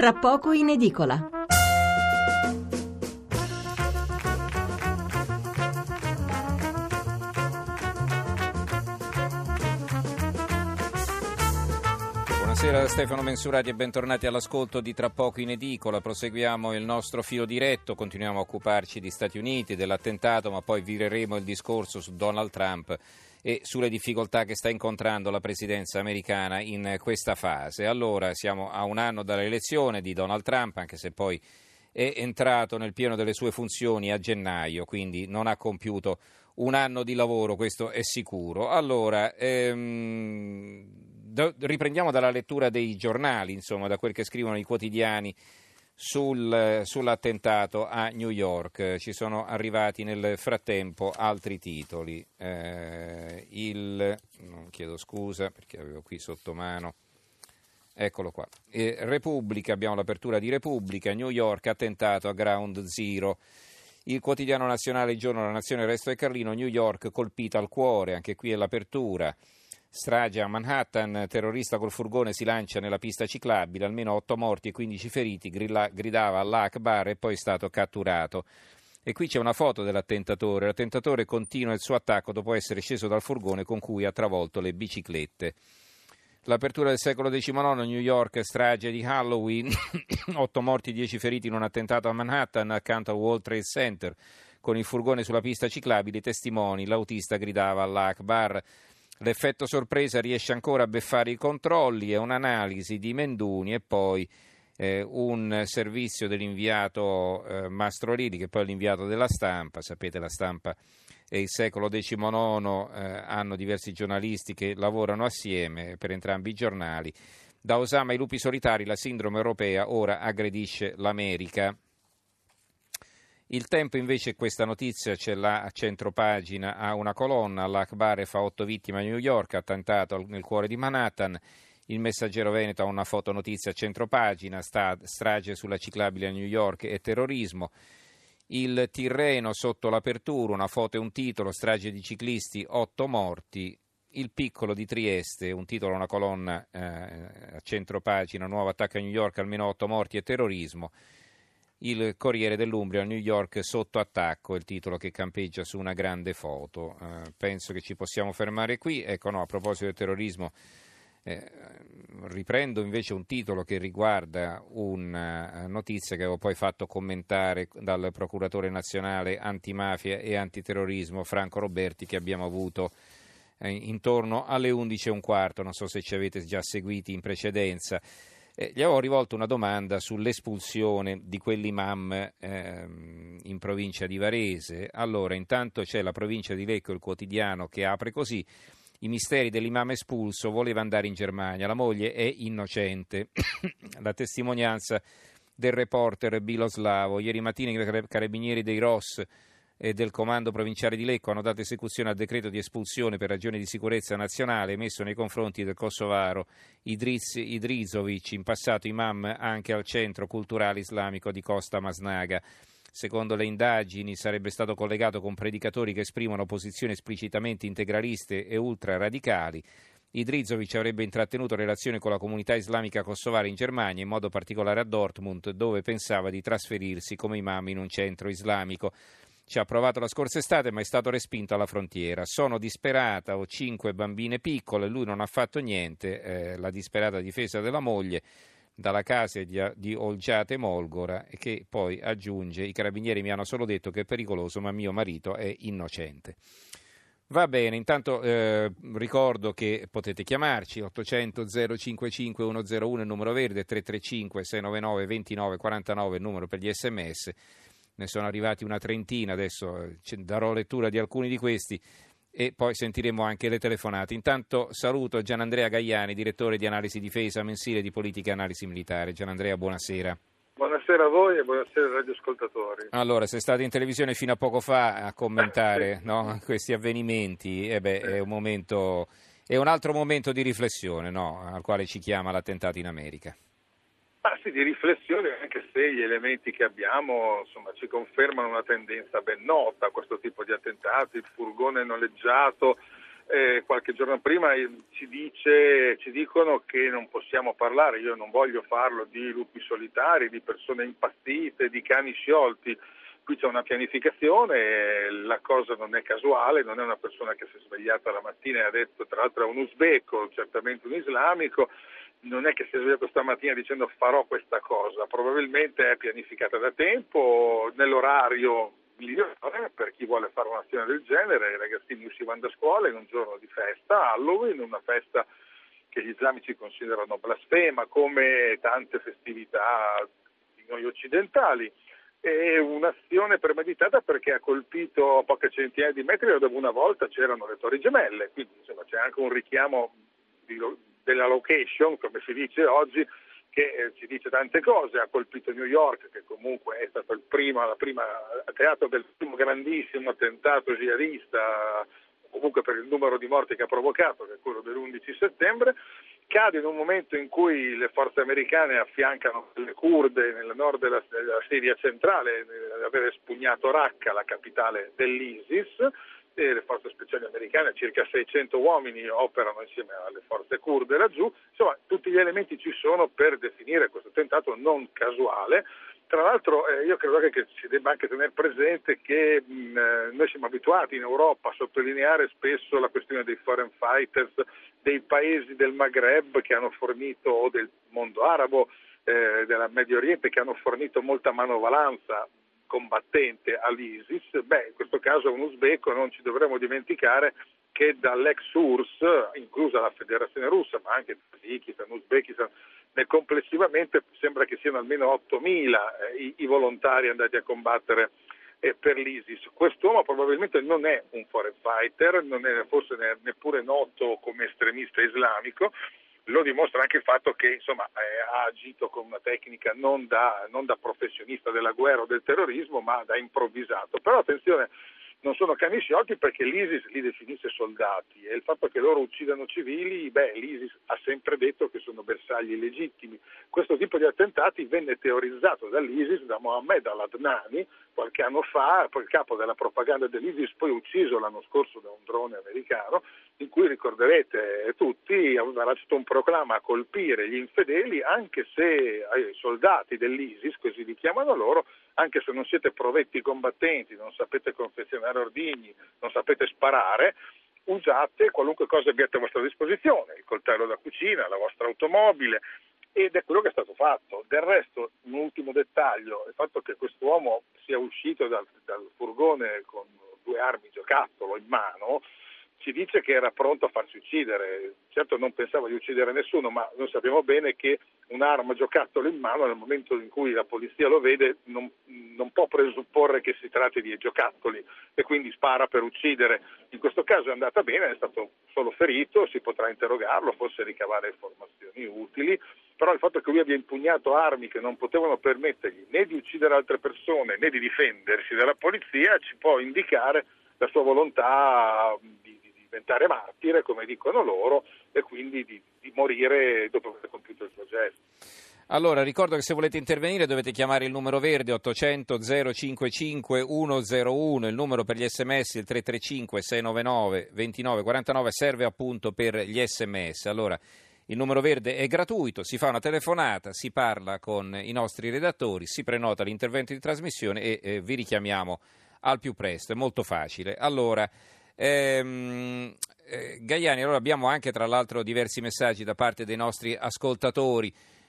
Tra poco in edicola. Buonasera da Stefano Mensurati e bentornati all'ascolto di Tra poco in edicola. Proseguiamo il nostro filo diretto, continuiamo a occuparci di Stati Uniti, dell'attentato, ma poi vireremo il discorso su Donald Trump e sulle difficoltà che sta incontrando la presidenza americana in questa fase. Allora, siamo a un anno dall'elezione di Donald Trump, anche se poi è entrato nel pieno delle sue funzioni a gennaio, quindi non ha compiuto un anno di lavoro, questo è sicuro. Allora, riprendiamo dalla lettura dei giornali, insomma, da quel che scrivono i quotidiani sull'attentato a New York. Ci sono arrivati nel frattempo altri titoli. Chiedo scusa perché avevo qui sotto mano. Eccolo qua. Repubblica, abbiamo l'apertura di Repubblica. New York, attentato a Ground Zero. Il quotidiano nazionale, Il Giorno, La Nazione, Il Resto e Carlino. New York colpita al cuore, anche qui è l'apertura. Strage a Manhattan, terrorista col furgone si lancia nella pista ciclabile, almeno 8 morti e 15 feriti, gridava Allah Akbar e poi è stato catturato. E qui c'è una foto dell'attentatore. L'attentatore continua il suo attacco dopo essere sceso dal furgone con cui ha travolto le biciclette. L'apertura del secolo XIX, New York, strage di Halloween, 8 morti e 10 feriti in un attentato a Manhattan accanto al World Trade Center. Con il furgone sulla pista ciclabile, i testimoni, l'autista gridava Allah Akbar. L'effetto sorpresa riesce ancora a beffare i controlli e un'analisi di Menduni e poi un servizio dell'inviato Mastrolini, che poi è l'inviato della Stampa. Sapete, la Stampa e il secolo XIX hanno diversi giornalisti che lavorano assieme per entrambi i giornali. Da Osama ai lupi solitari, la sindrome europea ora aggredisce l'America. Il Tempo invece questa notizia ce l'ha a centropagina, ha una colonna, l'Akbar fa 8 vittime a New York, attentato nel cuore di Manhattan. Il Messaggero Veneto ha una fotonotizia a centropagina, strage sulla ciclabile a New York e terrorismo. Il Tirreno sotto l'apertura, una foto e un titolo, strage di ciclisti, 8 morti. Il Piccolo di Trieste, un titolo, una colonna a centropagina, nuovo attacco a New York, almeno 8 morti e terrorismo. Il Corriere dell'Umbria, New York sotto attacco, è il titolo che campeggia su una grande foto. Penso che ci possiamo fermare qui. Ecco, no, a proposito del terrorismo, riprendo invece un titolo che riguarda una notizia che avevo poi fatto commentare dal procuratore nazionale antimafia e antiterrorismo Franco Roberti, che abbiamo avuto intorno alle 11:15. Non so se ci avete già seguiti in precedenza. Gli avevo rivolto una domanda sull'espulsione di quell'imam in provincia di Varese. Allora, intanto c'è la provincia di Lecco, il quotidiano, che apre così: i misteri dell'imam espulso, voleva andare in Germania, la moglie è innocente. La testimonianza del reporter Biloslavo. Ieri mattina i carabinieri dei ROS e del comando provinciale di Lecco hanno dato esecuzione al decreto di espulsione per ragioni di sicurezza nazionale emesso nei confronti del kosovaro Idrizovic, in passato imam anche al centro culturale islamico di Costa Masnaga. Secondo le indagini sarebbe stato collegato con predicatori che esprimono posizioni esplicitamente integraliste e ultraradicali. Idrizovic avrebbe intrattenuto relazioni con la comunità islamica kosovara in Germania, in modo particolare a Dortmund, dove pensava di trasferirsi come imam in un centro islamico. Ci ha provato la scorsa estate, ma è stato respinto alla frontiera. Sono disperata, ho 5 bambine piccole, lui non ha fatto niente. La disperata difesa della moglie dalla casa di Olgiate Molgora, che poi aggiunge: i carabinieri mi hanno solo detto che è pericoloso, ma mio marito è innocente. Va bene, intanto ricordo che potete chiamarci 800 055 101, il numero verde, 335 699 2949 il numero per gli sms. Ne sono arrivati una trentina, adesso darò lettura di alcuni di questi e poi sentiremo anche le telefonate. Intanto saluto Gianandrea Gaiani, direttore di Analisi Difesa, mensile di politica e analisi militare. Gianandrea, buonasera. Buonasera a voi e buonasera ai radioascoltatori. Allora, sei stato in televisione fino a poco fa a commentare no, questi avvenimenti. È un altro momento di riflessione, no, al quale ci chiama l'attentato in America. Ma sì, di riflessione, anche se gli elementi che abbiamo ci confermano una tendenza ben nota a questo tipo di attentati. Il furgone noleggiato qualche giorno prima ci dicono che non possiamo parlare, io non voglio farlo, di lupi solitari, di persone impazzite, di cani sciolti. Qui c'è una pianificazione, la cosa non è casuale, non è una persona che si è svegliata la mattina e ha detto, tra l'altro è un uzbeko, certamente un islamico, non è che si è svegliato stamattina dicendo farò questa cosa, probabilmente è pianificata da tempo, nell'orario migliore per chi vuole fare un'azione del genere. I ragazzini uscivano da scuola in un giorno di festa, Halloween, una festa che gli islamici considerano blasfema, come tante festività di noi occidentali. È un'azione premeditata perché ha colpito a poche centinaia di metri da dove una volta c'erano le Torri Gemelle, quindi insomma c'è anche un richiamo della location, come si dice oggi, che ci dice tante cose. Ha colpito New York, che comunque è stato la prima teatro del primo grandissimo attentato jihadista, comunque per il numero di morti che ha provocato, che è quello dell'11 settembre. Cade in un momento in cui le forze americane affiancano le kurde nel nord della Siria centrale, aver espugnato Raqqa, la capitale dell'ISIS, e le forze speciali americane, circa 600 uomini, operano insieme alle forze kurde laggiù. Insomma, tutti gli elementi ci sono per definire questo attentato non casuale. Tra l'altro io credo che si debba anche tenere presente che noi siamo abituati in Europa a sottolineare spesso la questione dei foreign fighters dei paesi del Maghreb che hanno fornito, o del mondo arabo, del Medio Oriente, che hanno fornito molta manovalanza combattente all'ISIS. In questo caso è un uzbeko, non ci dovremmo dimenticare che dall'ex URSS, inclusa la Federazione Russa, ma anche Tagikistan, Uzbekistan, complessivamente sembra che siano almeno 8.000 i volontari andati a combattere per l'ISIS. Quest'uomo probabilmente non è un foreign fighter, non è forse neppure noto come estremista islamico. Lo dimostra anche il fatto che insomma ha agito con una tecnica non da professionista della guerra o del terrorismo, ma da improvvisato. Però attenzione, non sono cani sciolti, perché l'ISIS li definisce soldati, e il fatto che loro uccidano civili, l'ISIS ha sempre detto che sono bersagli legittimi. Questo tipo di attentati venne teorizzato dall'ISIS, da Mohammed al-Adnani, qualche anno fa, poi il capo della propaganda dell'ISIS, poi ucciso l'anno scorso da un drone americano, in cui ricorderete tutti aveva lanciato un proclama a colpire gli infedeli, anche se i soldati dell'ISIS, così li chiamano loro, anche se non siete provetti combattenti, non sapete confezionare ordigni, non sapete sparare, usate qualunque cosa abbiate a vostra disposizione, il coltello da cucina, la vostra automobile, ed è quello che è stato fatto. Del resto, un ultimo dettaglio, il fatto che quest'uomo sia uscito dal furgone con 2 armi giocattolo in mano ci dice che era pronto a farsi uccidere. Certo non pensava di uccidere nessuno, ma noi sappiamo bene che un'arma giocattolo in mano, nel momento in cui la polizia lo vede, non può presupporre che si tratti di giocattoli, e quindi spara per uccidere. In questo caso è andata bene, è stato solo ferito, si potrà interrogarlo, forse ricavare informazioni utili, però il fatto che lui abbia impugnato armi che non potevano permettergli né di uccidere altre persone né di difendersi dalla polizia ci può indicare la sua volontà di diventare martire, come dicono loro, e quindi di morire dopo aver compiuto il suo gesto. Allora, ricordo che se volete intervenire dovete chiamare il numero verde 800 055 101, il numero per gli sms il 335 699 2949, serve appunto per gli sms. Allora, il numero verde è gratuito, si fa una telefonata, si parla con i nostri redattori, si prenota l'intervento di trasmissione e vi richiamiamo al più presto, è molto facile. Allora, Gaiani, allora abbiamo anche tra l'altro diversi messaggi da parte dei nostri ascoltatori.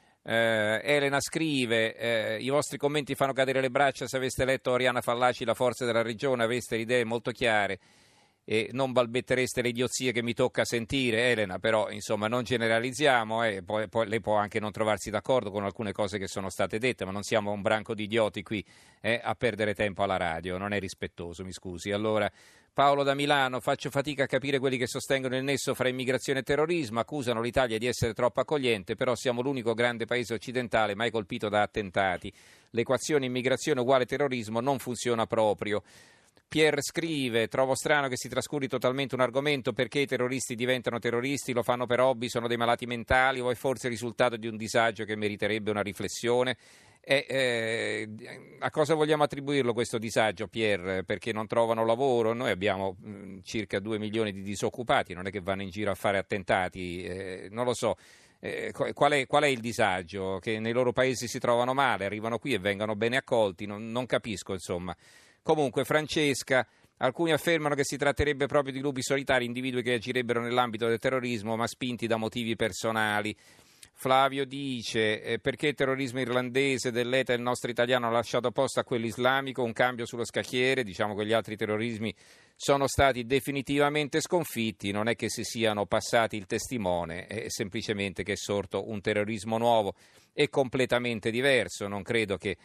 Elena scrive: i vostri commenti fanno cadere le braccia. Se aveste letto Oriana Fallaci, La forza della regione, aveste le idee molto chiare e non balbettereste le idiozie che mi tocca sentire. Elena, però insomma non generalizziamo, poi lei può anche non trovarsi d'accordo con alcune cose che sono state dette, ma non siamo un branco di idioti qui a perdere tempo alla radio, non è rispettoso, mi scusi. Allora, Paolo da Milano: faccio fatica a capire quelli che sostengono il nesso fra immigrazione e terrorismo, accusano l'Italia di essere troppo accogliente, però siamo l'unico grande paese occidentale mai colpito da attentati. L'equazione immigrazione uguale terrorismo non funziona proprio. Pierre scrive: trovo strano che si trascuri totalmente un argomento, perché i terroristi diventano terroristi, lo fanno per hobby, sono dei malati mentali o è forse il risultato di un disagio che meriterebbe una riflessione? A cosa vogliamo attribuirlo questo disagio, Pier? Perché non trovano lavoro? Noi abbiamo circa 2 milioni di disoccupati, non è che vanno in giro a fare attentati, non lo so. Qual è il disagio? Che nei loro paesi si trovano male, arrivano qui e vengono bene accolti? Non capisco, insomma. Comunque, Francesca, alcuni affermano che si tratterebbe proprio di lupi solitari, individui che agirebbero nell'ambito del terrorismo, ma spinti da motivi personali. Flavio dice perché il terrorismo irlandese dell'ETA e il nostro italiano ha lasciato posto a quello islamico, un cambio sullo scacchiere, diciamo che gli altri terrorismi sono stati definitivamente sconfitti, non è che si siano passati il testimone, è semplicemente che è sorto un terrorismo nuovo e completamente diverso. Non credo che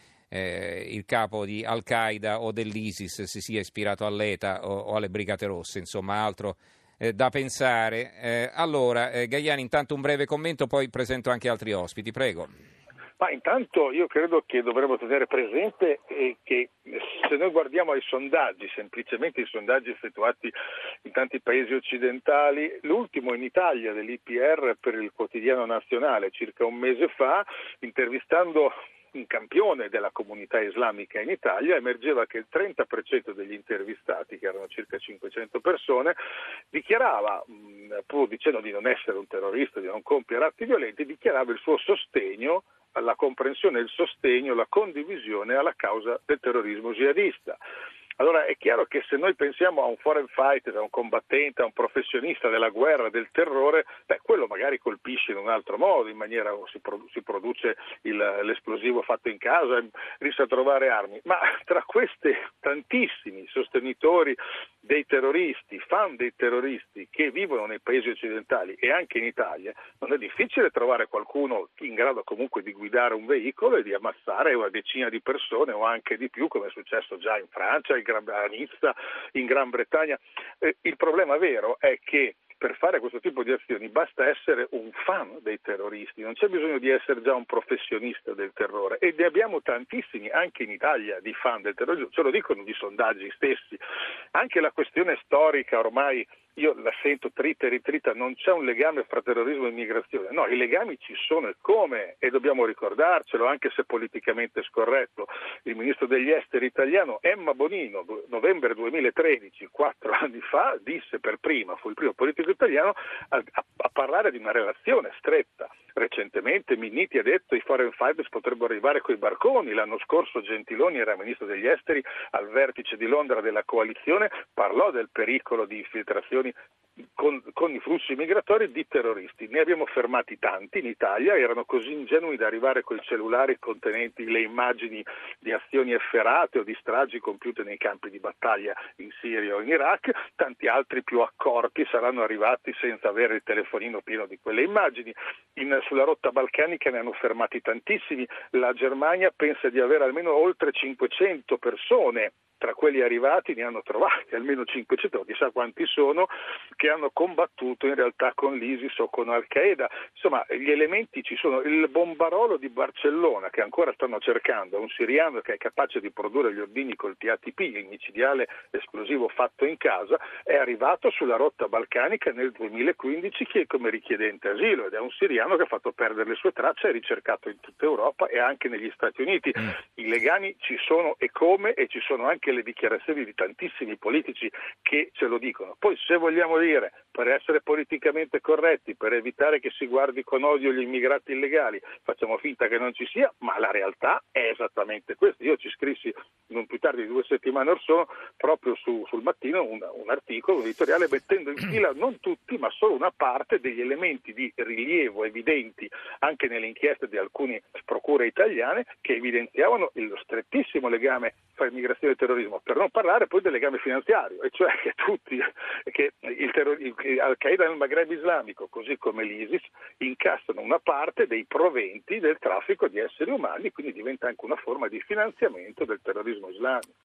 il capo di Al-Qaeda o dell'ISIS si sia ispirato all'ETA o alle Brigate Rosse, insomma altro da pensare. Allora, Gaiani, intanto un breve commento, poi presento anche altri ospiti, prego. Ma intanto io credo che dovremmo tenere presente che se noi guardiamo ai sondaggi, semplicemente i sondaggi effettuati in tanti paesi occidentali, l'ultimo in Italia dell'IPR per il Quotidiano Nazionale circa un mese fa, intervistando un campione della comunità islamica in Italia, emergeva che il 30% degli intervistati, che erano circa 500 persone, dichiarava, pur dicendo di non essere un terrorista, di non compiere atti violenti, dichiarava il suo sostegno alla comprensione, il sostegno, la condivisione alla causa del terrorismo jihadista. Allora è chiaro che se noi pensiamo a un foreign fighter, a un combattente, a un professionista della guerra, del terrore, quello magari colpisce in un altro modo, in maniera si produce l'esplosivo fatto in casa, riesce a trovare armi, ma tra questi tantissimi sostenitori dei terroristi, fan dei terroristi che vivono nei paesi occidentali e anche in Italia, non è difficile trovare qualcuno in grado comunque di guidare un veicolo e di ammazzare una decina di persone o anche di più, come è successo già in Francia, a Nizza, in Gran Bretagna. Il problema vero è che per fare questo tipo di azioni basta essere un fan dei terroristi, non c'è bisogno di essere già un professionista del terrore, e ne abbiamo tantissimi anche in Italia di fan del terrorismo, ce lo dicono i sondaggi stessi. Anche la questione storica ormai io la sento trita e ritrita, non c'è un legame fra terrorismo e immigrazione, no, i legami ci sono e come, e dobbiamo ricordarcelo anche se politicamente scorretto. Il ministro degli esteri italiano Emma Bonino, novembre 2013, 4 anni fa, disse per prima, fu il primo politico italiano a parlare di una relazione stretta. Recentemente Minniti ha detto i foreign fighters potrebbero arrivare coi barconi, l'anno scorso Gentiloni era ministro degli esteri al vertice di Londra della coalizione, parlò del pericolo di infiltrazioni con i flussi migratori di terroristi. Ne abbiamo fermati tanti in Italia, erano così ingenui da arrivare coi cellulari contenenti le immagini di azioni efferate o di stragi compiute nei campi di battaglia in Siria o in Iraq, tanti altri più accorti saranno arrivati senza avere il telefonino pieno di quelle immagini. Sulla rotta balcanica ne hanno fermati tantissimi, la Germania pensa di avere almeno oltre 500 persone, tra quelli arrivati ne hanno trovati almeno 500, chissà quanti sono, che hanno combattuto in realtà con l'ISIS o con Al-Qaeda. Insomma, gli elementi ci sono. Il bombarolo di Barcellona, che ancora stanno cercando, un siriano che è capace di produrre gli ordigni col TATP, il micidiale esplosivo fatto in casa, è arrivato sulla rotta balcanica nel 2015 come richiedente asilo, ed è un siriano che ha fatto perdere le sue tracce, è ricercato in tutta Europa e anche negli Stati Uniti. I legami ci sono e come, e ci sono anche le dichiarazioni di tantissimi politici che ce lo dicono. Poi se vogliamo dire, per essere politicamente corretti, per evitare che si guardi con odio gli immigrati illegali, facciamo finta che non ci sia, ma la realtà è esattamente questa. Io ci scrissi non più tardi di 2 settimane or sono proprio sul Mattino un articolo, un editoriale, mettendo in fila non tutti ma solo una parte degli elementi di rilievo evidenti anche nelle inchieste di alcune procure italiane che evidenziavano lo strettissimo legame fra immigrazione e terrorismo, per non parlare poi del legame finanziario, e cioè che Al-Qaeda nel Maghreb islamico, così come l'ISIS, incassano una parte dei proventi del traffico di esseri umani, quindi diventa anche una forma di finanziamento del terrorismo islamico.